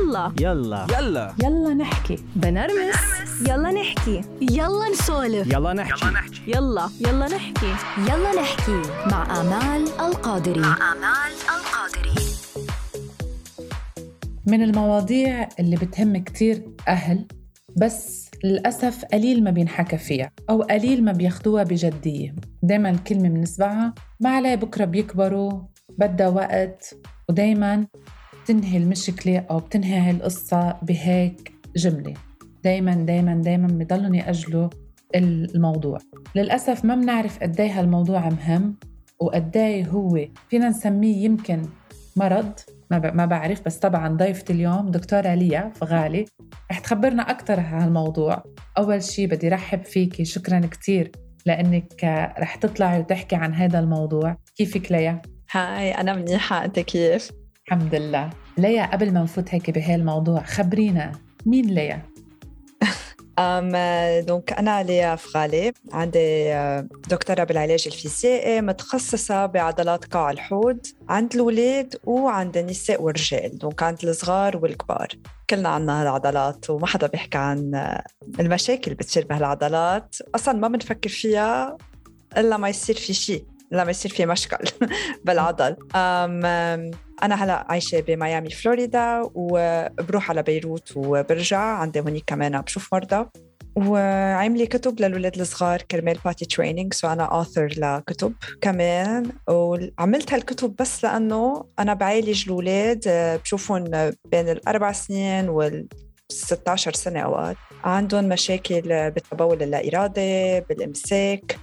يلا نحكي. بنرمس. يلا نحكي. يلا نسولف. يلا نحكي. يلا نحكي. يلا نحكي مع آمال القادري. من المواضيع اللي بتهم كتير أهل، بس للأسف قليل ما بينحكى فيها أو قليل ما بياخدوها بجدية. دايما الكلمة بنسمعها ما عليه بكرة بيكبروا، بدها وقت، ودايما تنهي المشكلة أو بتنهي القصة بهيك جملة. دايما بيضلوا يأجلوا الموضوع. للأسف ما بنعرف قديه هالموضوع مهم وقديه هو فينا نسميه يمكن مرض. ما بعرف، بس طبعاً ضيفة اليوم دكتورة ليا فغالي رح تخبرنا أكتر عن هالموضوع. أول شي بدي رحب فيكي، شكراً كتير لأنك رح تطلعي وتحكي عن هذا الموضوع. كيفك ليا؟ هاي، أنا منيحة، أنت كيف؟ الحمد لله. ليا قبل ما نفوت هيك بهالموضوع، خبرينا مين ليا؟ دونك أنا ليا فغالي، عندي دكتوراه بالعلاج الفيزيائي، متخصصة بعضلات قاع الحوض عند الأولاد وعند النساء والرجال، دونك عند الصغار والكبار كلنا عنا هالعضلات، وما حدا بيحكي عن المشاكل بتصير بهالعضلات. أصلاً ما بنفكر فيها إلا ما يصير في شيء، إلا ما يصير في مشكل بالعضل. أنا هلأ عايشة بميامي فلوريدا، وبروح على بيروت وبرجع. عندي هوني كمان بشوف مرضى، وعملي كتب للولاد الصغار كرمال باتي ترينينج، سو أنا author لكتب كمان. وعملت هالكتب بس لأنه أنا بعالج الولاد، بشوفهم بين 4 سنين 16 سنة أوقات عندهم مشاكل بالتبول اللا إرادي، بالإمساك،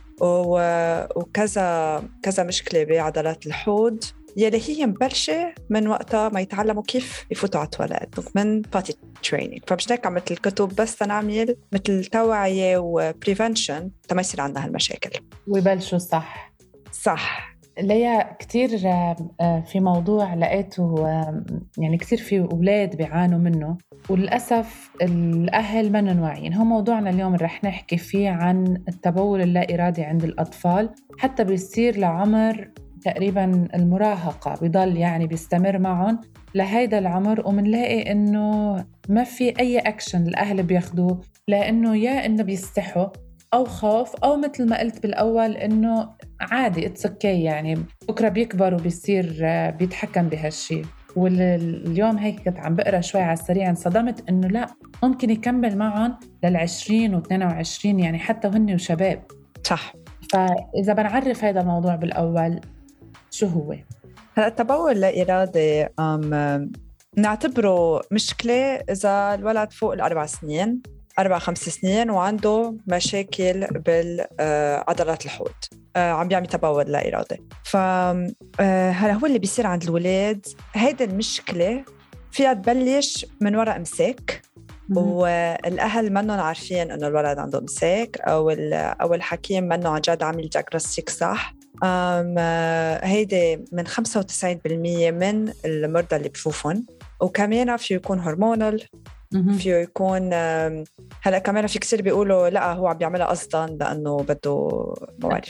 وكذا مشكلة بعضلات الحوض، يلي هي مبلشة من وقتها ما يتعلموا كيف يفوتوا على التواليت من باتي ترينينج. فمش هيك عملت الكتب بس تنعمل مثل توعية وبريفنشن تما يصير عندنا هالمشاكل ويبلشوا صح. ليا كتير في موضوع لقيته، يعني كتير في أولاد بيعانوا منه، وللأسف الأهل ما واعيين. هو موضوعنا اليوم رح نحكي فيه عن التبول اللا إرادي عند الأطفال، حتى بيصير لعمر تقريباً المراهقة، بيضل يعني بيستمر معهم لهيدا العمر. ومنلاقي إنه ما في أي أكشن الأهل بياخدوه، لأنه يا إنه بيستحوا أو خوف، أو مثل ما قلت بالأول إنه عادي اتسكي، يعني بكرة بيكبر وبيصير بيتحكم بهالشي. واليوم هيك كنت عم بقرأ شوي على السريع، انصدمت إنه لا، ممكن يكمل معهم لل20 و22، يعني حتى هن وشباب. صح. فإذا بنعرف هذا الموضوع بالأول، شو هو؟ هلا التبول لا إرادي نعتبره مشكلة إذا الولد فوق 4-5 سنين وعنده مشاكل بالعضلات الحوض، عم بيعمل تبول لا إرادي. فهلا هو اللي بيصير عند الولاد، هيدا المشكلة فيها تبلش من وراء إمساك، والأهل منهم عارفين إنه الولد عنده إمساك، أو الحكيم منه عن جد عامل دياغنوستيك صح. هيدا من 95% من المرضى اللي بشوفهم. وكمان فيه يكون هرمونال، فيه يكون هلا كمان في كثير بيقولوا لا هو عم بيعملها قصداً لأنه بده موارف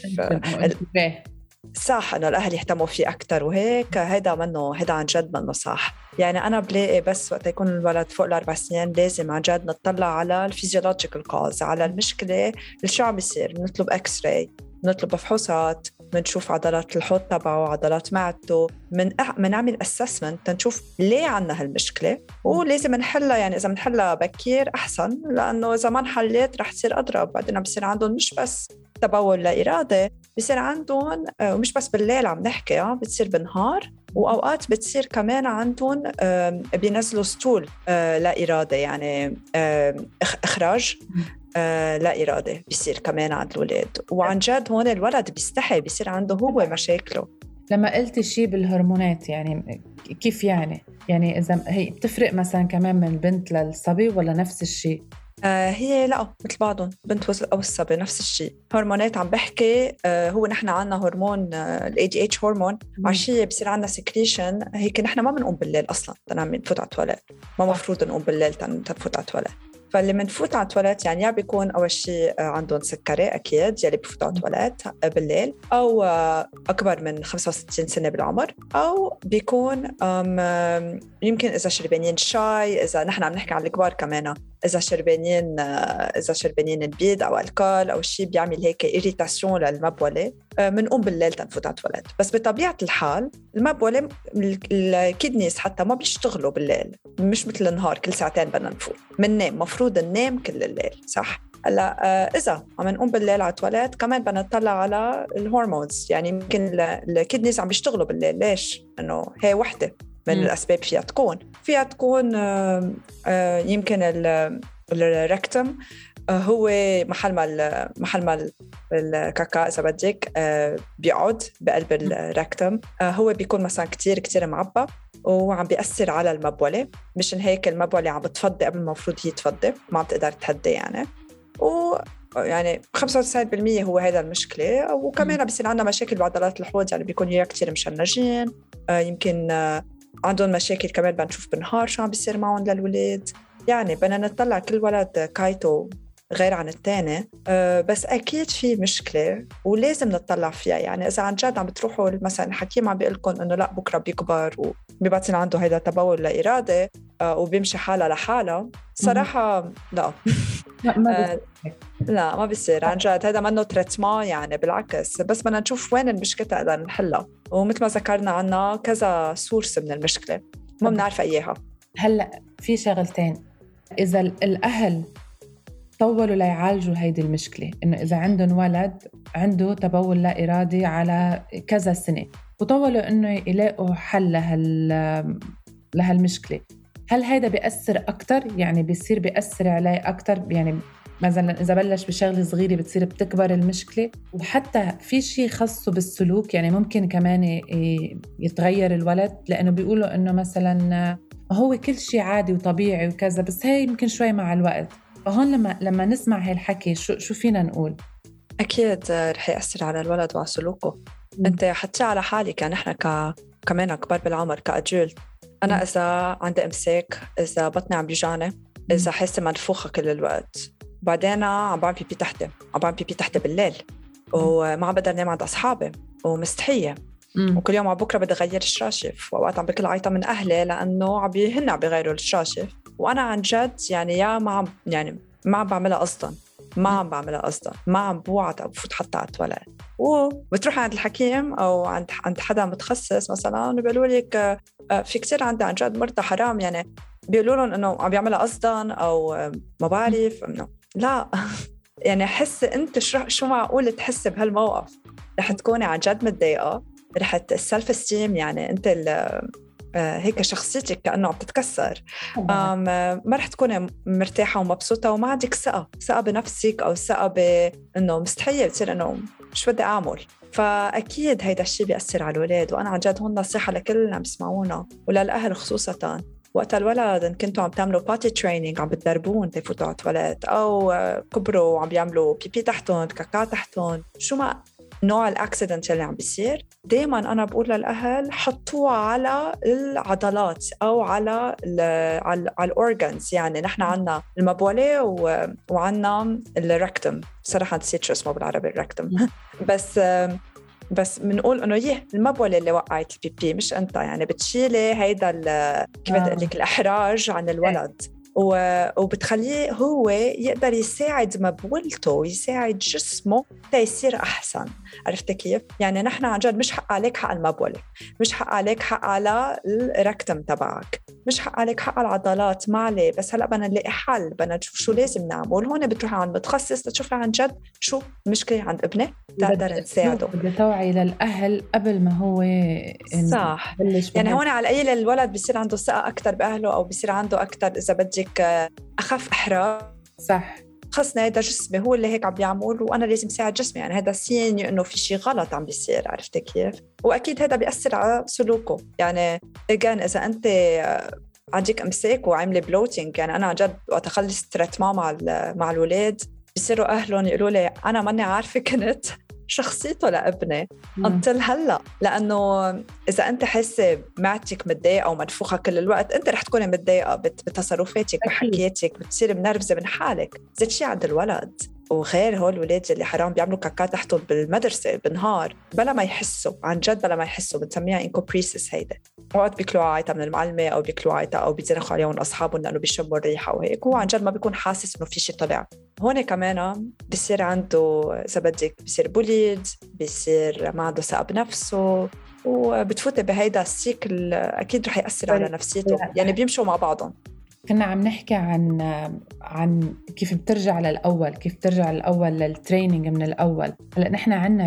صح، إنه الأهل يهتموا فيه أكتر وهيك. هيدا عن جد منه صح. يعني أنا بلاقي بس وقت يكون الولد فوق 4 سنين لازم عن جد نطلع على الفيزيولوجيكال كوز، على المشكلة شو عم بيصير. نطلب اكس راي، نطلب فحوصات، منشوف عضلات الحوض تبعه، عضلات معدته، منعمل أسسمنت تنشوف ليه عنا هالمشكلة، ولازم نحلها. يعني إذا منحلها بكير أحسن، لأنه إذا ما انحلت رح تصير أضرب. بعدين بصير عندهم مش بس تبول لا إرادة، بصير عندهم ومش بس بالليل عم نحكي، بتصير بالنهار، وأوقات بتصير كمان عندهم بينزلوا ستول لا إرادة، يعني إخراج لا إرادة بيصير كمان عند الولاد. وعن جد هون الولد بيستحي، بيصير عنده هو مشاكله. لما قلت شيء بالهرمونات، يعني كيف يعني إذا هي بتفرق مثلا كمان من البنت للصبي ولا نفس الشيء؟ هي لا، مثل بعضهم، بنت أو الصبي نفس الشيء. هرمونات عم بحكي، هو نحن عنا هرمون ال ADH هرمون عشية بصير عنا سكريشن هيك. نحن ما بنقوم بالليل أصلا تنفوت على التواليت، ما مفروض نقوم بالليل تنفوت على التواليت. فاللي منفوت على التواليت يعني يا بيكون أول شيء عندهم سكري أكيد يلي بفوتوا على التواليت بالليل، أو أكبر من 65 سنة بالعمر، أو بيكون يمكن إذا شربانين شاي، إذا نحن عم نحكي عن الكبار كمان، إذا شربانين نبيد أو الكول أو شيء بيعمل هيك إيريتاسيون للمبولة، منقوم بالليل تنفوت على التواليت. بس بطبيعة الحال المبولة الكيدنيز حتى ما بيشتغلوا بالليل، مش مثل النهار كل ساعتين بدنا نفوت، مننام، مفروض ننام كل الليل صح؟ هلا إذا عم نقوم بالليل على التواليت كمان بدنا نطلع على الهرمونز، يعني يمكن الكيدنيز عم بيشتغلوا بالليل. ليش؟ إنه هي وحدة من الأسباب فيها تكون يمكن الركتم هو محل ما الكاكا إذا بدك بيقعد بقلب الركتم، هو بيكون مثلا كتير معبى وعم بيأثر على المبولة، مشان هيك المبولة عم بتفضي قبل ما المفروض هي تفضي، ما عم تقدر تهدي يعني. ويعني 95% هو هذا المشكلة. وكمان بيصير عندنا مشاكل بعضلات الحوض، يعني بيكون هي كتير مشنجين، يمكن عندهم مشاكل كمان بنشوف بالنهار شو عم بيصير معهم للولاد. يعني بدنا نطلع كل ولد كايتو غير عن التاني، بس أكيد في مشكلة ولازم نطلع فيها. يعني إذا عن جد عم بتروحوا مثلا الحكيم عم بيقلكم إنه لا بكرة بيكبر وبيبطل عنده هيدا تبول لا إرادة وبيمشي حالة لحالة، صراحة لا لا ما بيصير عن جد. هذا منه تريتمان يعني، بالعكس، بس بدنا نشوف وين المشكلة تقدر نحلها. ومثل ما ذكرنا عنا كذا سورس من المشكلة ما بنعرف أيها. هلأ في شغلتين، إذا الأهل طولوا ليعالجوا هيدي المشكلة، إنه إذا عندهم ولد عنده تبول لا إرادي على كذا سنة وطولوا إنه يلاقوا حل لهالمشكلة، هل هيدا بيأثر أكتر؟ يعني بيصير بيأثر عليه أكتر؟ يعني مثلا إذا بلش بشغلة صغيرة بتصير بتكبر المشكلة. وحتى في شيء خاصه بالسلوك، يعني ممكن كمان يتغير الولد، لأنه بيقولوا إنه مثلا هو كل شيء عادي وطبيعي وكذا، بس هي يمكن شوي مع الوقت. فهون لما نسمع هالحكي شو فينا نقول؟ أكيد رح يأثر على الولد وعلى سلوكه. أنت حتى على حالك، يعني نحن كمان كبار بالعمر كأجول، أنا إذا عندي إمساك، إذا بطني عم بيجاني، إذا حاسة منفوخة كل الوقت، بعدين عم بعمل بيبي تحت بالليل، وما عم بقدر نام عند أصحابي ومستحية، وكل يوم على بكرة بدي أغير الشراشف، وأوقات عم بكل عيطة من أهلي لأنه هن عم بيغيروا الشراشف، وأنا عن جد يعني ما عم بعملها قصداً، ما عم بوعد أو بفوت حتى على التواليت. وبتروح عند الحكيم أو عند حدا متخصص مثلاً وبيقولوا لك في كتير عندي عن جد مرضى حرام، يعني بيقولوا لهم إنه عم بيعملها قصداً أو ما بعرف إنه لا. يعني حس أنت شو معقول تحس بهالموقف؟ رح تكوني عن جد متضايقة، رح السلف استيم، يعني أنت هيك شخصيتك كأنه عم تتكسر، ما رح تكوني مرتاحة ومبسوطة، وما عندك ثقة بنفسك أو ثقة بأنه مستحيل بتصير إنه شو بدي أعمل. فأكيد هيدا الشيء بيأثر على الولاد. وأنا عن جد هون نصيحة لكل اللي عم يسمعونا وللأهل خصوصاً، وقت الولد إن كنتوا عم تعملوا باتي ترينينج، عم بتدربون تفوتوا على التواليت، أو كبروا وعم بيعملوا بيبي تحتهم، كاكا تحتهم، شو ما نوع الأكسيدنت اللي عم بيصير، دايماً أنا بقول للأهل حطوها على العضلات أو على الأورغانز. يعني نحن عنا المبولة وعنا الركتم، صراحة نسيت شو اسمه بالعربي الركتم. بس بنقول إنه المبولة اللي وقعت البيبي، مش أنت، يعني بتشيلي هيدا كيف بدي أقول لك الإحراج عن الولد، وبتخليه هو يقدر يساعد مبولته ويساعد جسمه يصير أحسن. عرفت كيف؟ يعني نحن عن جد مش حق عليك حق المبولة، مش حق عليك حق على الركتم تبعك، مش حق عليك حق العضلات، ما عليه. بس هلأ بدنا نلاقي حل، بدنا نشوف شو لازم نعمل. هون بتروح عند متخصص لتشوف عن جد شو المشكلة عند ابنه، تقدر نساعده. بدي توعي للأهل قبل ما هو صح. يعني هون على القليل الولد بيصير عنده ثقة أكتر بأهله، أو بيصير عنده أكتر إذا بدك أخف إحراج. صح، خصنا هذا جسمي هو اللي هيك عم بيعمل، وأنا لازم ساعد جسمي، يعني هذا سين إنه في شيء غلط عم بيصير. عرفت كيف؟ وأكيد هذا بيأثر على سلوكه. يعني إذا أنت عندك إمساك وعاملة بلوتينج، يعني أنا عن جد وقت أخلص تريتمان مع الولاد بيصيروا أهلهم يقولوا لي أنا ماني عارفة كنت شخصيته لابني انطل هلا، لانه اذا انت حاسه معدتك متضايقه او منفوخه كل الوقت، انت رح تكوني متضايقه بتصرفاتك بحكياتك، بتصيري منرفزه من حالك. زي شيء عند الولد. وغير هول الولاد اللي حرام بيعملوا كاكا تحتهم بالمدرسه بالنهار بلا ما يحسوا، عن جد بلا ما يحسوا، بنسميها انكوبريسس. هيدا وقت بيكلوا عايطه من المعلمه او بيكلوا عايطه او بيزرخوا عليهم اصحابهم لانه بيشموا الريحه وهيك، هو عن جد ما بيكون حاسس انه في شيء طلع. هون كمان بيصير عنده اذا بدك بيصير بوليد، بيصير ما عنده ثقه بنفسه، وبتفوت بهيدا السيكل اكيد رح ياثر على نفسيته. يعني بيمشوا مع بعضهم. كنا عم نحكي عن كيف بترجع للأول، كيف ترجع للأول للتريننج من الأول. هلأ نحن عنا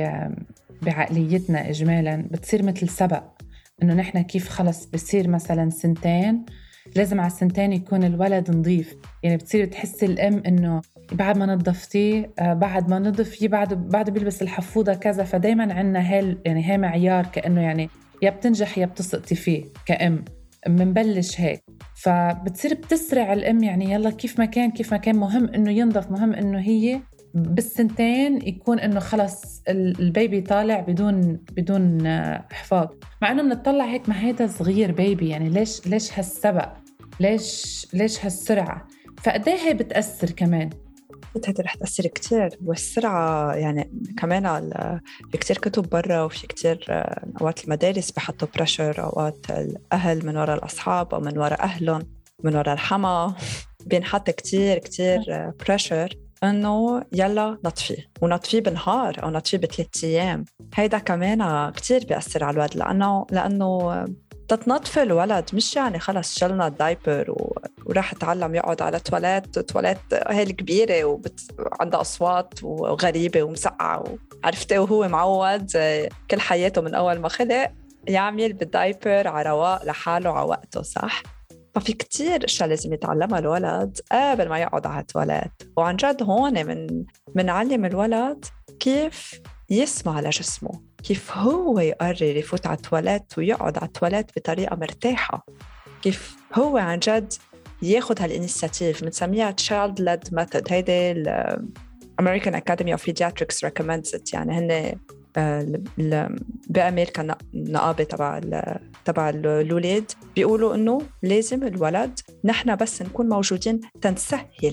بعقليتنا إجمالاً بتصير مثل سبق، إنه نحن كيف خلص بصير مثلاً 2 سنين لازم على 2 سنين يكون الولد نظيف. يعني بتصير تحس الأم إنه بعد ما نظفتيه بعد ما نظف بعد بيلبس الحفوضة كذا. فدايماً عنا يعني هي معيار، كأنه يعني يا بتنجح يا بتسقطي فيه كأم، منبلش هيك. فبتصير بتسرع الأم، يعني يلا كيف ما كان مهم إنه ينظف، مهم إنه هي بالسنتين يكون إنه خلص البيبي طالع بدون حفاظ. مع إنه بنطلع هيك، ما هيدا صغير بيبي، يعني ليش هالسبق، ليش هالسرعة؟ فقديه هي بتأثر كمان. هذا رح تأثر كتير. والسرعة يعني كمان في كتير كتب برا، وفي كتير أوقات المدارس بحطوا بريشر، أوقات الأهل من وراء الأصحاب أو من وراء أهلهم من وراء الحما بينحط كتير بريشر إنه يلا نطفيه بنهار أو نطفيه ب3 أيام. هيدا كمان كتير بيأثر على الولد، لأنه تتنطف الولد مش يعني خلص شلنا الدايبر وراح يتعلم يقعد على تواليت هي الكبيرة وعندها أصوات وغريبة ومسقعة عرفته، وهو معود كل حياته من أول ما خلق يعمل بالدايبر على رواق لحاله على وقته، صح؟ ففي كتير أشياء لازم يتعلمها الولد قبل ما يقعد على التواليت. وعن جد هون منعلم الولد كيف يسمع لجسمه، كيف هو يقرر يفوت على التواليت ويقعد على التواليت بطريقة مرتاحة، كيف هو عن جد ياخد هالإنيشيتيف. بنسميها child-led method. هيدا American Academy of Pediatrics recommends it. يعني هن بأمريكا النقابة تبع الولاد بيقولوا إنه لازم الولد نحن بس نكون موجودين تنسهل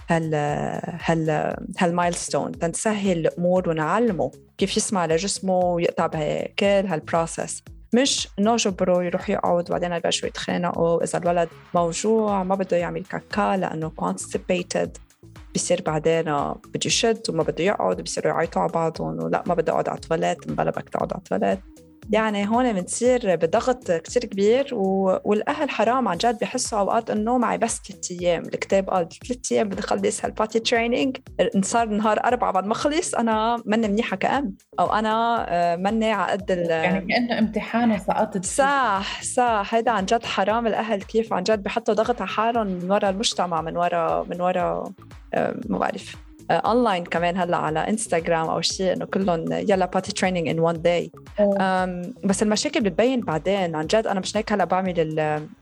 هالمايلستون، تنسهل الأمور ونعلمه كيف يسمع لجسمه ويقطع بكل هالبروسس، مش نجبره يروح يقعد وبعدين يبقوا يتخانقوا. إذا الولد موجوع ما بده يعمل كاكا لأنه constipated، بيصير بعدين بده يشد وما بده يقعد، بيصيروا يعيطوا على بعضهم ولا ما بده يقعد على التواليت، مبلا بدك تقعد على التواليت. يعني هون بنصير بضغط كتير كبير. والأهل حرام عن جد بيحسوا أوقات إنه معي بس 3 أيام. الكتاب قال 3 أيام بدي أخلص هالباتي ترينينج، صار نهار 4 بعد ما خلص أنا مني منيحة كأم، أو أنا مني عقد يعني كأنه امتحان وسقطت. صح. هيدا عن جد حرام. الأهل كيف عن جد بيحطوا ضغط على حالهم من وراء المجتمع، من وراء ما بعرف أونلاين كمان هلأ على إنستغرام أو شيء، إنه كلهم يلا باتي ترينينج in one day. بس المشاكل بتبين بعدين. عن جد أنا مش هيك هلأ بعمل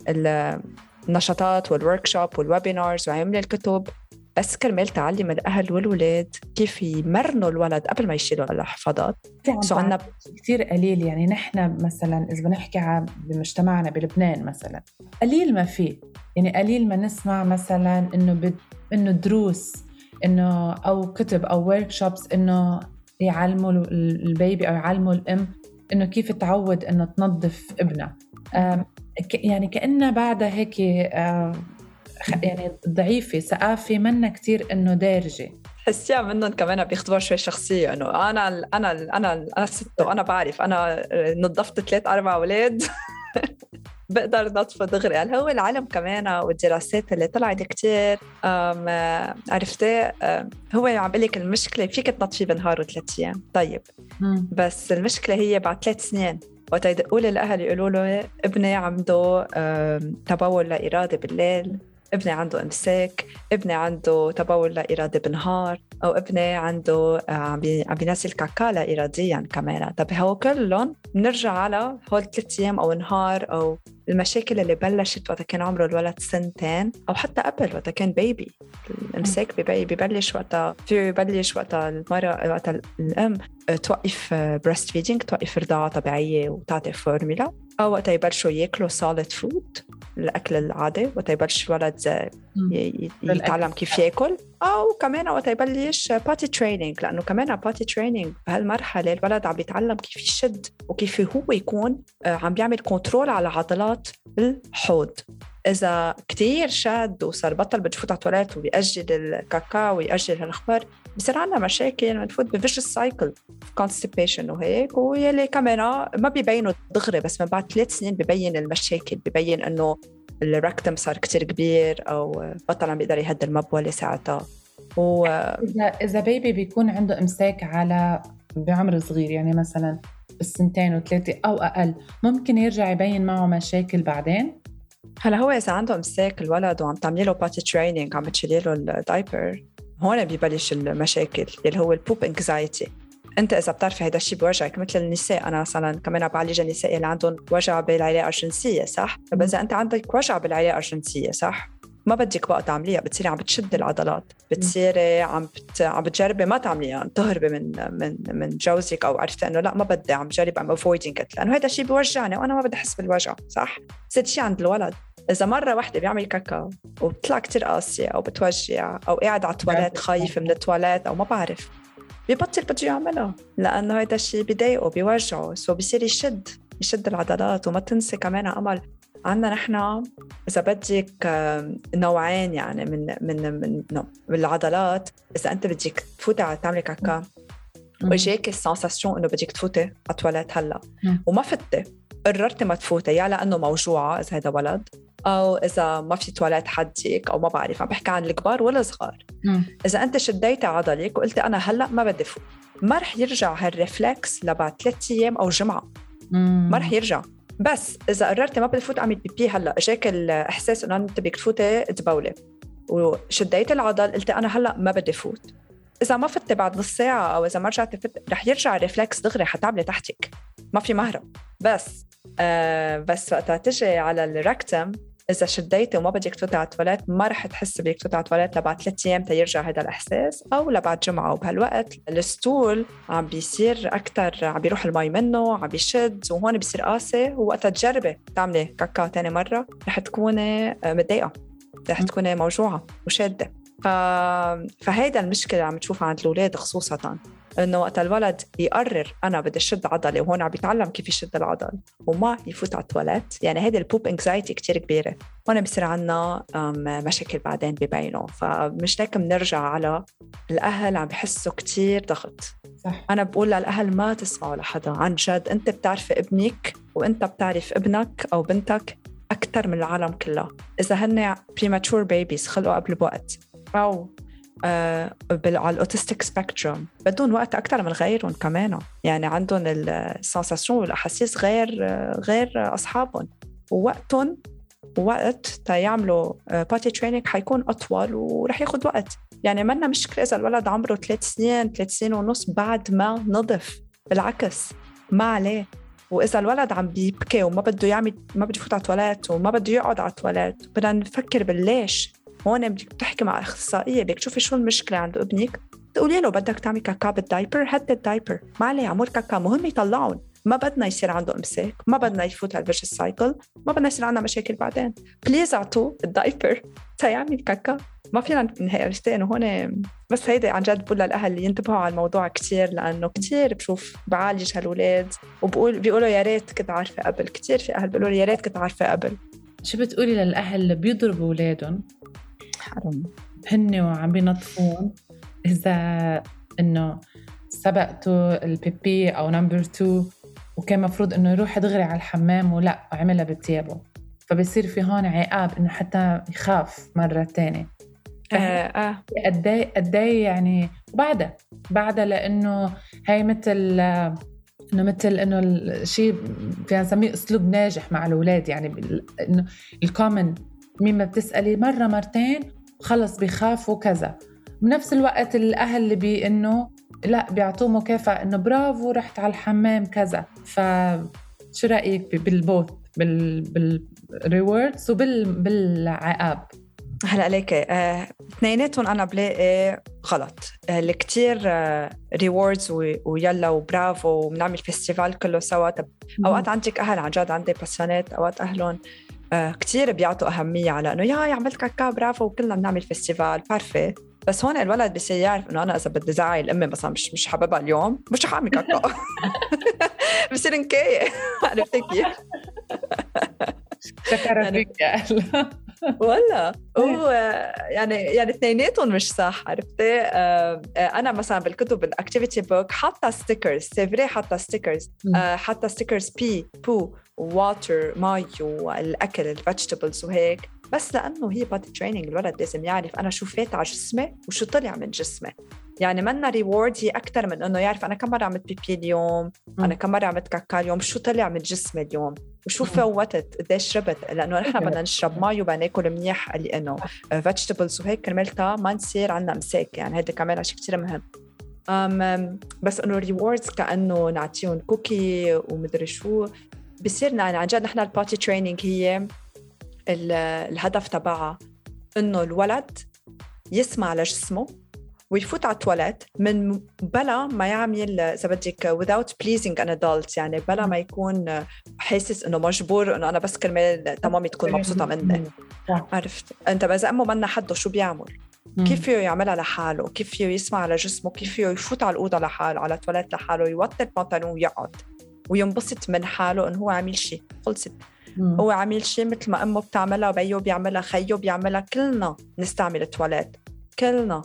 النشاطات والوركشوب والويبينارز وعمل الكتب بس كرمال تعلم الأهل والولاد كيف يمرنوا الولد قبل ما يشيلوا الحفاضات. عنا كتير قليل. يعني نحن مثلا إذا بنحكي بمجتمعنا بلبنان مثلا قليل ما فيه، يعني قليل ما نسمع مثلا إنه دروس إنه أو كتب أو وركشوبس إنه يعلموا البيبي أو يعلموا الأم إنه كيف تعود إنه تنظف ابنها. يعني كأننا بعدها هيك يعني ضعيفة، ثقافة منا كتير إنه دارجة. حسيها منهم كمان بياخدوها شوي شخصية، إنه أنا ست وأنا بعرف أنا نظفت 3-4 أولاد بقدر نطفى دغري. هل هو العلم كمان والدراسات اللي طلعت كتير عرفتي هو عم بقلك المشكلة فيك تنطفي بنهار و3 أيام طيب بس المشكلة هي بعد 3 سنين وقت يدقوا لي الأهل يقولوا له ابني عنده تبول لا إرادة بالليل، ابني عنده إمساك، ابني عنده تبول لا إرادة بالنهار، أو ابني عنده عم بينزل كاكا لا إراديا كمان. طب هو كلهم بنرجع على هول 3 أيام أو نهار أو المشاكل اللي بلشت وقت كان عمره الولد 2 سنين أو حتى قبل وقت كان بيبي. الإمساك ببلش وقتها، فيه يبلش وقتها المرأة وقت الأم توقف بريست فيدينج، توقف رضاعة طبيعية وتعطي فورمولا، أو وقت يبلشوا يأكلوا solid food الأكل العادي، وقت يبلش الولد يتعلم كيف يأكل، أو كمان وقت يبلش باتي ترينينج، لأنه كمان باتي ترينينج بهالمرحلة الولد عم بيتعلم كيف يشد وكيف هو يكون عم بيعمل كنترول على عضلات الحوض. إذا كتير شاد وصار بطل بتفوت على التواليت وبيأجل الكاكاو ويأجل هالأخبار، بصير عنا مشاكل بنفوت بفيشس سايكل constipation وهيك، ويلي كمان ما بيبينوا دغري، بس من بعد 3 سنين ببين المشاكل، ببين إنه الركتم صار كتير كبير أو بطل عم بيقدر يهد المبولة ساعتها. إذا بيبي بيكون عنده إمساك على بعمر صغير، يعني مثلا بالسنتين و3 أو أقل، ممكن يرجع يبين معه مشاكل بعدين. هلا هو إذا عنده إمساك الولد وعم تعملي له باتي ترينينج، عم بتشيلي له الدايبر، هون بيبلش المشاكل اللي هو البوب انكزايتي. انت اذا بتعرفي هيدا الشيء بوجعك مثل النساء، انا مثلا كمان بعالج النساء اللي عندهم وجع بالعلاقه الجنسيه، صح؟ طب اذا انت عندك وجع بالعلاقه الجنسيه، صح، ما بدك بقى تعمليها، بتصيري عم بتشد العضلات، بتصيري عم بتجربي ما تعمليها، تهربي من جوزك، او عرفتي انه لا ما بدي، عم بجرب ام افويدينج لانه هذا الشيء بيوجعني وانا ما بدي احس بالوجع، صح؟ نفس الشيء عند الولد، إذا مرة واحدة بيعمل كاكاو وبتطلع كتير قاسية أو بتوجع أو قاعد على التواليت خايف من التواليت أو ما بعرف، بيبطل بده يعملها لأنه هيدا الشيء بيضايقه بيوجعه، سو بيصير يشد العضلات. وما تنسي كمان أمل عنا نحن إذا بدك نوعين يعني من العضلات. إذا أنت بدك تفوتي على تعملي كاكاو وإجاك السنساسيون إنه بدك تفوتي على التواليت هلا وما فتي، قررتي ما تفوتي، يا لأنه موجوعة إذا هيدا ولد، أو إذا ما في تواليت حدك، أو ما بعرف، عم بحكي عن الكبار ولا صغار. إذا أنت شديتي عضلك وقلتي أنا هلأ ما بدي فوت، ما رح يرجع هالرفلكس لبعد 3 أيام أو جمعة، ما رح يرجع. بس إذا قررتي ما بدي فوت عمل بيبي هلأ، إجاك الإحساس إنه أنت بدك تفوتي تبولي وشديتي العضل، قلتي أنا هلأ ما بدي فوت، إذا ما فتي بعد نص ساعة أو إذا ما رجعتي فت، رح يرجع الرفلكس دغري، حتعملي تحتك، ما في مهرب. بس وقتها تجي على الركتم، إذا شديتي وما بدك تفوتي على التواليت، ما رح تحسي بدك تفوتي على التواليت لبعد 3 أيام تيرجع هذا الإحساس، أو لبعد جمعة. وبهالوقت الستول عم بيصير أكتر، عم بيروح المي منه، عم بيشد، وهون بيصير قاسي. ووقتها تجربي تعملي كاكاو تاني مرة رح تكوني متضايقة، رح تكوني موجوعة وشادة. فهيدا المشكلة عم تشوفها عند الأولاد خصوصاً، إنه وقت الولد يقرر أنا بدي أشد عضلي، وهون عم بيتعلم كيف يشد العضل وما يفوت على التواليت، يعني هيدا البوب انكزايتي كتير كبيرة، هون بيصير عنا مشاكل بعدين ببينه. فمش هيك بنرجع على الأهل عم بحسوا كتير ضغط. صح. أنا بقول للأهل ما تسمعوا لحدا، عن جد أنت بتعرف ابنك وأنت بتعرف ابنك أو بنتك أكتر من العالم كلها. إذا هن premature babies خلقوا قبل بوقت، أو على الأوتيستيك سبيكتروم بدون وقت أكتر من غيرهم كمان، يعني عندهم السنساسيون والأحاسيس غير أصحابهم، ووقتهم وقت تيعملوا باتي ترينينج حيكون أطول ورح ياخد وقت. يعني منا مشكلة إذا الولد عمره 3 سنين 3 سنين ونص بعد ما نضف، بالعكس ما عليه. وإذا الولد عم بيبكي وما بده يعمل، ما بده يفوت على التواليت وما بده يقعد على التواليت، بدنا نفكر بالليش. هون بدك تحكي مع أخصائية، بدك تشوفي شو المشكلة عند ابنك، تقولي له بدك تعمل كاكا بالدايبر، هد الدايبر، ما عليه، عمول كاكا، مهم يطلعون، ما بدنا يصير عنده إمساك، ما بدنا يفوت للفيشس سايكل، ما بدنا يصير عندنا مشاكل بعدين. بليز اعطوه الدايبر تيعمل كاكا، ما فينا ننهي إنه هون. بس هيدا عن جد بقول للأهل ينتبهوا على الموضوع كتير، لأنه كتير بشوف بعالج هالولاد بيقولوا يا ريت كنت عارفة قبل. كتير في أهل بيقولوا يا ريت كنت عارفة قبل. شو بتقولي للأهل اللي بيضربوا أولادهم حرام هن وعم بينطفون، إذا إنه سبقتوا البيبي أو نمبر 2 وكان مفروض إنه يروح دغري على الحمام ولا عملها بتيابه، فبيصير في هون عقاب إنه حتى يخاف مرة تانية. قداي يعني بعدها لأنه هاي مثل إنه الشيء فينا نسميه أسلوب ناجح مع الأولاد، يعني إنه الكومن مين ما بتسألي مرة مرتين خلص بيخافوا كذا. بنفس الوقت الأهل اللي إنه لا بيعطوه مكافأة إنه برافو رحت على الحمام كذا. فشو رأيك بالبوث؟ بالريوردز بالعقاب. هلا عليك اثنيناتهم انا بلاقي غلط. الكتير ريوردز ويلا وبرافو وبنعمل فيستيفال كله سوا. اوقات عندك اهل عن جد عندي باسيونات اوقات اهلهم كتير بيعطوا اهميه على انه يا عملت كاكا برافو وكلنا بنعمل فيستيفال بارفي. بس هون الولد بصير يعرف انه انا اذا بدي زعل امي مثلا مش حاببها اليوم مش رح اعمل كاكا. بصير نكايه. عرفتي كيف؟ شكرا فيك يا أهلا. ولا يعني اثنيناتهم مش صح. عرفتي انا مثلا بالكتب الاكتيفيتي بوك حاطه ستيكرز سيفري، حاطه ستيكرز حاطه ستيكرز بو ووتر ماي والاكل الفيجيتابلز وهيك، بس لانه هي بادي تريننج الولد لازم يعرف انا شو فات على جسمي وشو طلع من جسمي. يعني منا ريورد هي اكثر من انه يعرف انا كم مره عملت بيبي اليوم، انا كم مره عملت كاكا اليوم، شو طلع من جسمي اليوم وشو فوتت قديش شربت، لانه نحن بدنا نشرب مي وبدنا ناكل منيح لانه فيجيتابلز وهيك كرمالتها ما نصير عندنا مساك. يعني هذا كمان شيء كثير مهم. بس انه ريوردز كانه نعطيهم كوكي ومدري شو بصيرنا. يعني عن جد نحن الباتي تريننج هي الهدف تبعها انه الولد يسمع لجسمه ويفوت على التواليت من بلا ما يعمل اذا بدك without pleasing an adult. يعني بلا ما يكون حاسس انه مجبور انه انا بس كرمال تمامي تكون مبسوطه مني. عرفت انت بس امه منا حده شو بيعمل، كيف فيه يعملها لحاله، كيف فيه يسمع على جسمه، كيف فيه يفوت على الاوضه لحاله على التواليت لحاله، يوطي البنطلون ويقعد وينبسط من حاله انه هو عامل شيء. خلصت. هو عامل شيء مثل ما امه بتعملها وبيو بيعملها خيو بيعملها. كلنا نستعمل التواليت، كلنا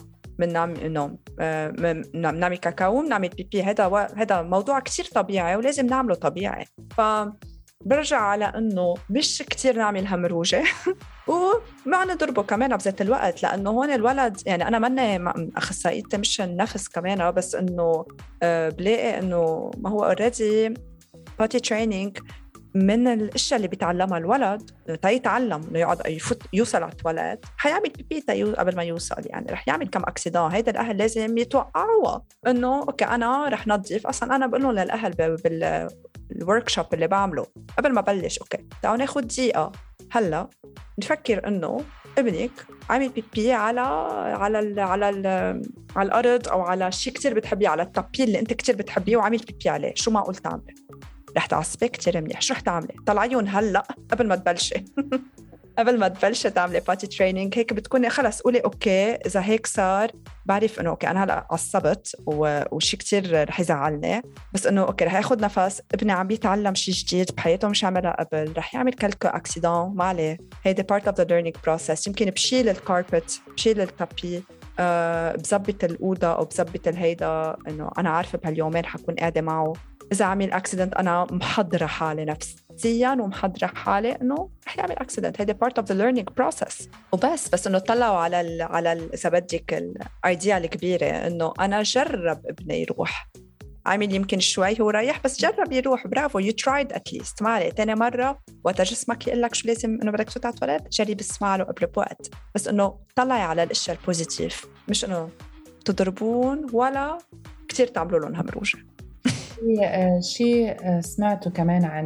بنعمل كاكاو بنعمل بيبي. هذا موضوع كتير طبيعي ولازم نعمله طبيعي. فبرجع على انه مش كتير نعمل همروجه وما نضربه كمان بذات الوقت، لانه هون الولد يعني انا مني اخصائيتي مش النفس كمان، بس انه بلاقي انه ما هو اوريدي باتي تريننج من الاشياء اللي بيتعلمها الولد تيتعلم انه يقعد يوصل على التواليت حيعمل بيبي قبل ما يوصل. يعني رح يعمل كم اكسيدان. هيدا الاهل لازم يتوقعوا انه اوكي انا رح نظف. اصلا انا بقول لهم للاهل بالوركشوب اللي بعمله قبل ما بلش اوكي تعالوا ناخذ دقيقه هلا نفكر انه ابنك عامل بيبي على الارض او على شيء كتير بتحبيه، على التابي اللي انت كتير بتحبيه وعامل بيبي عليه. شو معقول تعملي؟ رح تعصبك كتير منيح. شو رح تعملي؟ طلعيون هلأ قبل ما تبلشي. قبل ما تبلشي تعملي باتي تريننج هيك بتكوني خلص قولي أوكي إذا هيك صار بعرف إنه أوكي أنا هلأ عصبت وشي كتير رح يزعلني، بس إنه أوكي رح ياخد نفس. ابني عم بيتعلم شي جديد بحياته مش عملها قبل، رح يعمل كلكو أكسيدان ما عليه. هيدا part of the learning process. يمكن بشيل الكاربت بشيل التابي بزبط الأوضة أو بزبط الهيدا إنه أنا عارفة بهاليومين حكون قاعدة معه. إذا عمل أكسيدنت أنا محضرة حالي نفسياً ومحضرة حالي إنه رح يعمل أكسيدنت. هيدا part of the learning process وبس إنه طلعوا على إذا بدك الأيديا الكبيرة إنه أنا جرب ابني يروح عامل يمكن شوي هو رايح بس جرب يروح. برافو you tried at least. ما عليه تاني مرة وقت جسمك يقلك شو لازم إنه بدك تفوت على التواليت جرب اسمع له قبل بوقت. بس إنه طلعي على الأشياء البوزيتيف مش إنه تضربون ولا كتير تعملوا لهم همروجة. شيء سمعته كمان عن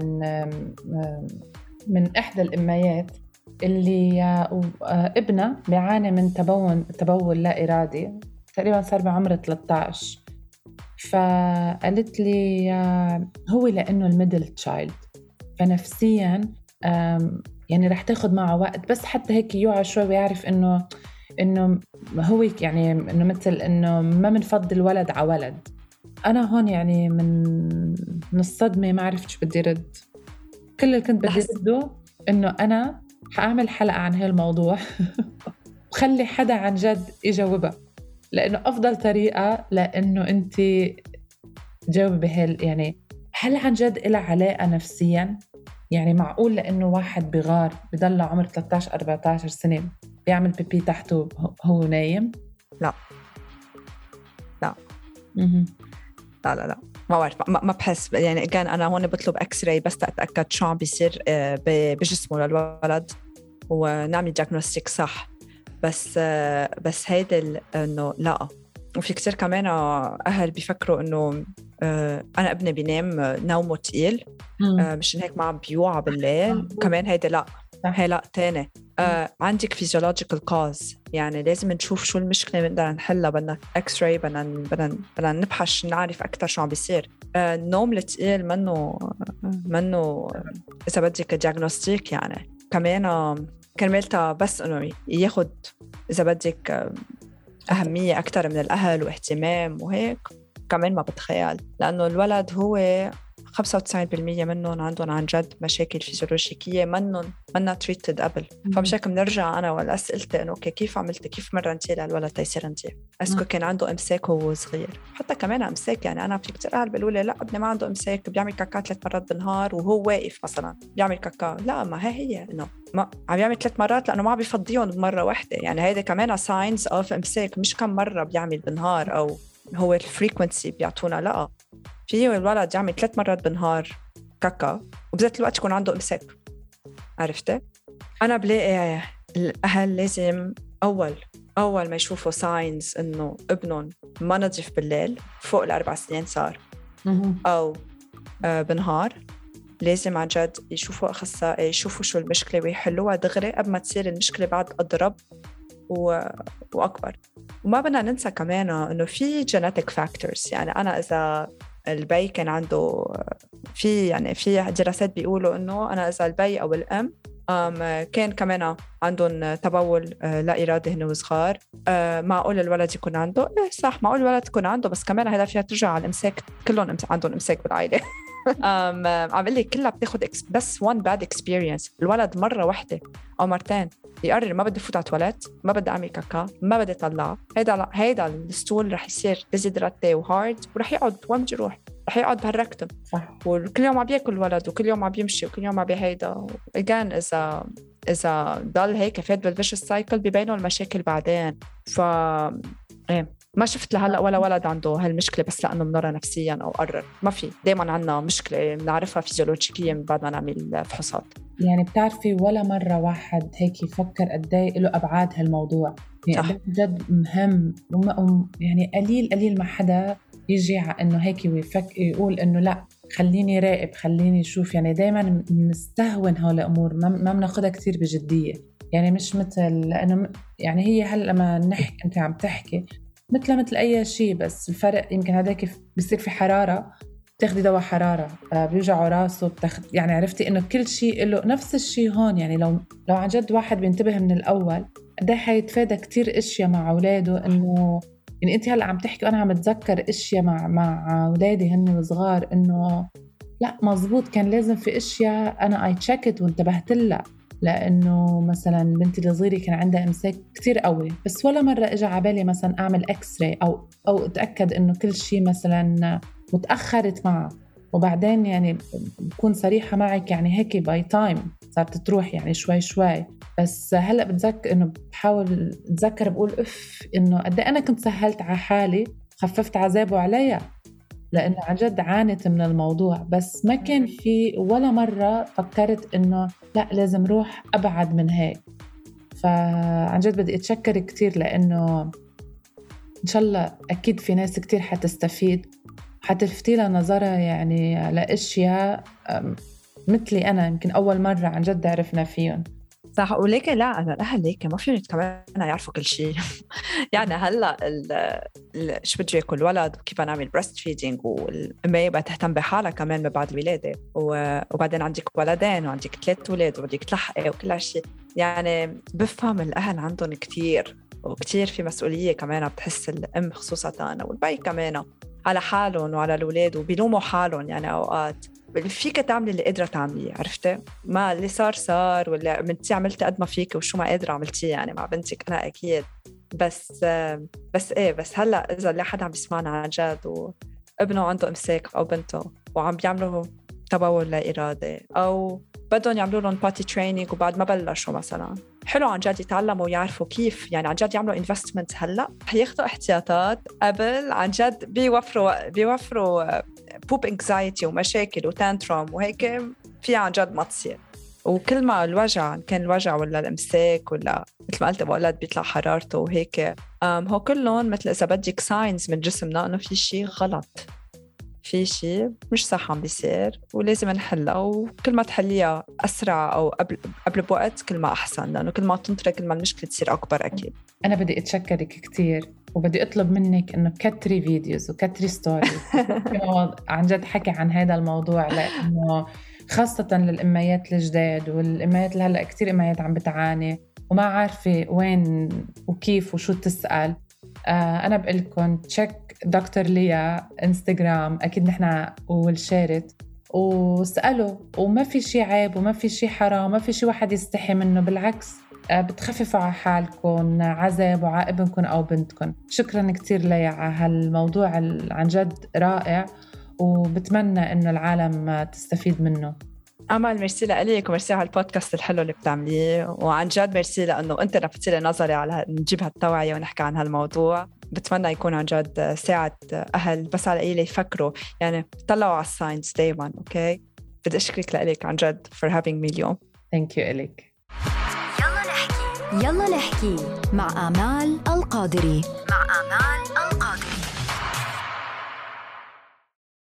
من إحدى الأميات اللي ابنها بيعاني من تبول لا إرادي تقريبا صار بعمر 13. فقالت لي هو لأنه الميدل تشايلد فنفسيا يعني رح تاخد معه وقت بس حتى هيك يوعى شوي ويعرف إنه هو يعني إنه مثل إنه ما منفضل ولد على ولد. أنا هون يعني من الصدمة ما عرفت شو بدي رد. كل اللي كنت بدي رده إنه أنا حأعمل حلقة عن هالموضوع وخلي حدا عن جد يجاوبها، لأنه أفضل طريقة لأنه أنت تجاوبي يعني هل عن جد إلها علاقة نفسياً؟ يعني معقول لأنه واحد بغار بضل عمر 13-14 سنة بيعمل بيبي تحته هو نايم؟ لا لا ما بعرف ما بحس. يعني كان أنا هون بطلب إكس راي بس أتأكد شو عم بيصير بجسمه للولد ونعمل دياغنوستيك صح. بس هيدا إنه لا. وفي كتير كمان أهل بيفكروا إنه أنا ابني بينام نومه تقيل مشان هيك ما عم بيوعى بالليل كمان. هيدا لا، هي لا تاني. عندك physiological cause، يعني لازم نشوف شو المشكلة نقدر نحلها. بدنا اكس راي، بدنا نبحث نعرف أكتر شو عم بيصير. النوم الثقيل منه إذا بدك دياغنوستيك، يعني كمان كرمالتها بس إنه ياخد إذا بدك أهمية أكتر من الأهل واهتمام وهيك. كمان ما بتخيل، لأنه الولد هو 95% منهم عندهم عن جد مشاكل فيزيولوجيكية منا تريتد قبل. فمش هيك بنرجع أنا والأسئلتي إنه كيف عملتي، كيف مرنتي للولد تيصير نظيف؟ أسكو كان عنده إمساك وهو صغير؟ حتى كمان إمساك، يعني أنا في كتير أهل بيقولوا لي لا ابني ما عنده إمساك، بيعمل كاكا 3 مرات بالنهار وهو واقف مثلا بيعمل كاكا. لا، ما هي إنه ما عم يعمل 3 مرات لأنه ما عم بيفضيهم بمرة واحدة. يعني هيدا كمان signs of إمساك، مش كم مرة بيعمل بالنهار أو هو الفريكونسي بيعطونا. لا، فيه الولد يعمل 3 مرات بالنهار كاكا وبذات الوقت يكون عنده إمساك. عرفتي؟ أنا بلاقي الأهل لازم أول ما يشوفوا ساينز إنه ابنهم ما نظيف بالليل فوق 4 سنين صار أو بالنهار، لازم عن جد يشوفوا أخصائي، يشوفوا شو المشكلة ويحلوها دغري قبل ما تصير المشكلة بعد أضرب وأكبر. وما بدنا ننسى كمان إنه في genetic factors. يعني أنا إذا البي كان عنده في دراسات بيقولوا إنه أنا إذا البي أو الأم كان كمان عندهم تبول لا إرادي هن وصغار، معقول الولد يكون عنده. صح، معقول الولد يكون عنده، بس كمان هذا فيها ترجع على الإمساك. كلهم عندهم إمساك بالعائلة. عم بقول لك كلها بتاخد بس one bad experience. الولد مرة واحدة أو مرتين يقرر ما بدي فوت على التواليت، ما بدي أعمل كاكا، ما بدي طلع، هيدا الستول رح يصير ديزيدراتي وهارد ورح يقعد وين بدي يروح، رح يقعد بهالركتم. وكل يوم عم بياكل الولد وكل يوم عم بيمشي وكل يوم عم بهيدا. again إذا ضل هيك فات بالفيشس سايكل بيبينوا المشاكل بعدين. ما شفت لهلا ولا ولد عنده هالمشكلة بس لأنه منرى نفسياً أو قرر. ما في، دايماً عنا مشكلة بنعرفها فيزيولوجيكيا من بعد ما نعمل فحوصات. يعني بتعرفي ولا مرة واحد هيك يفكر قديه له أبعاد هالموضوع. يعني جد مهم. يعني قليل ما حدا يجي إنه هيك يقول إنه لا خليني راقب، خليني أشوف. يعني دايماً نستهون هول الأمور، ما بناخدها كتير بجدية. يعني مش مثل لأنه يعني هي هل لما نحكي أنت عم تحكي مثل أي شيء، بس الفرق يمكن هذا كيف بيصير في حرارة بتاخدي دواء حرارة بيوجعوا راسه يعني عرفتي إنه كل شيء له نفس الشيء هون. يعني لو عن جد واحد بينتبه من الأول ده حيتفادى كتير إشياء مع أولاده. إنه يعني أنت هلأ عم تحكي وأنا عم أتذكر إشياء مع أولادي هن وصغار إنه لا مزبوط كان لازم في إشياء أنا checked وانتبهت لها. لأنه مثلاً بنتي الصغيرة كان عندها إمساك كتير قوي، بس ولا مرة إجا عبالي مثلاً أعمل إكس راي أو أتأكد إنه كل شيء مثلاً وتأخرت معه. وبعدين يعني بكون صريحة معك، يعني هيك باي تايم صارت تروح يعني شوي. بس هلأ بتذكر إنه بحاول أتذكر بقول إنه قد أنا كنت سهلت على حالي، خففت عذابه عليا، لأنه عن جد عانت من الموضوع. بس ما كان في ولا مرة فكرت إنه لا لازم روح أبعد من هيك. فعن جد بدي أتشكر كتير، لأنه إن شاء الله أكيد في ناس كتير حتستفيد، حتلفتي لها نظرها يعني على أشياء مثلي أنا يمكن أول مرة عن جد عرفنا فيهم. صح. ولكن لا، أنا الأهل ليك ما فيهم كمان يعرفوا كل شيء. يعني هلأ شو بده ياكل الولد وكيف نعمل بريست فيدينج، والأمية بقى تهتم بحالها كمان من بعد الولادة. وبعدين عندك ولدين وعندك 3 أولاد وبدك تلحقي وكل هالشيء. يعني بفهم الأهل عندهم كتير في مسؤولية كمان بتحس الأم خصوصاً أنا والبي كمان على حالهم وعلى الأولاد وبيلوموا حالهم. يعني أوقات فيك تعملي اللي قادرة تعمليه، عرفتي؟ ما اللي صار ولا انتي عملتي قد ما فيك وشو ما قادرة عملتيه يعني مع بنتك. أنا أكيد بس هلأ إذا اللي حدا عم بيسمعنا عن جد وابنه عنده إمساك أو بنته وعم بيعملوا تبول لا إرادي أو بدهم يعملوا لهم باتي ترينينج وبعد ما بلشوا مثلا، حلو عن جد يتعلموا ويعرفوا كيف يعني عن جد يعملوا انفستمنت. هلأ حياخدوا احتياطات قبل عن جد بيوفروا بوب انكزايتي ومشاكل وتانتروم وهيك في عن جد ما تصير. وكل ما الوجع كان الوجع ولا الامساك ولا مثل ما قلت بولد بيطلع حرارته وهيك، هو كلهم مثل إذا بدك ساينز من جسمنا إنه في شيء غلط. في شيء مش صح عم بيصير ولازم نحلها، وكل ما تحليها أسرع أو قبل بوقت كل ما أحسن، لأنه كل ما تنطري كل ما المشكلة تصير أكبر أكيد. أنا بدي أتشكرك كتير، وبدي أطلب منك إنه كتري فيديوز وكتري ستوريز عن جد حكي عن هذا الموضوع، لأنه خاصة للأميات الجداد والأميات اللي هلأ كتير أميات عم بتعاني وما عارفة وين وكيف وشو تسأل. أنا بقلكن تشيك دكتور ليا انستغرام، أكيد نحن والشارت، وسألوا، وما في شي عيب وما في شي حرام، ما في شي واحد يستحي منه، بالعكس بتخففوا على حالكم عذاب وعلى ابنكم أو بنتكم. شكراً كتير ليا على هالموضوع عن جد رائع، وبتمنى إنه العالم تستفيد منه. أمل ميرسي لك وميرسي على البودكاست الحلو اللي بتعمليه، وعن جد ميرسي لأنه أنت لفتي نظري على نجيب هالتوعية ونحكي عن هالموضوع. بتمنى يكون عن جد ساعة أهل بس على إيه يفكروا، يعني طلعوا على الساينس دايما. أوكي، بدي أشكرك لك عن جد for having me اليوم. Thank you إليك. يلا نحكي مع آمال القادري.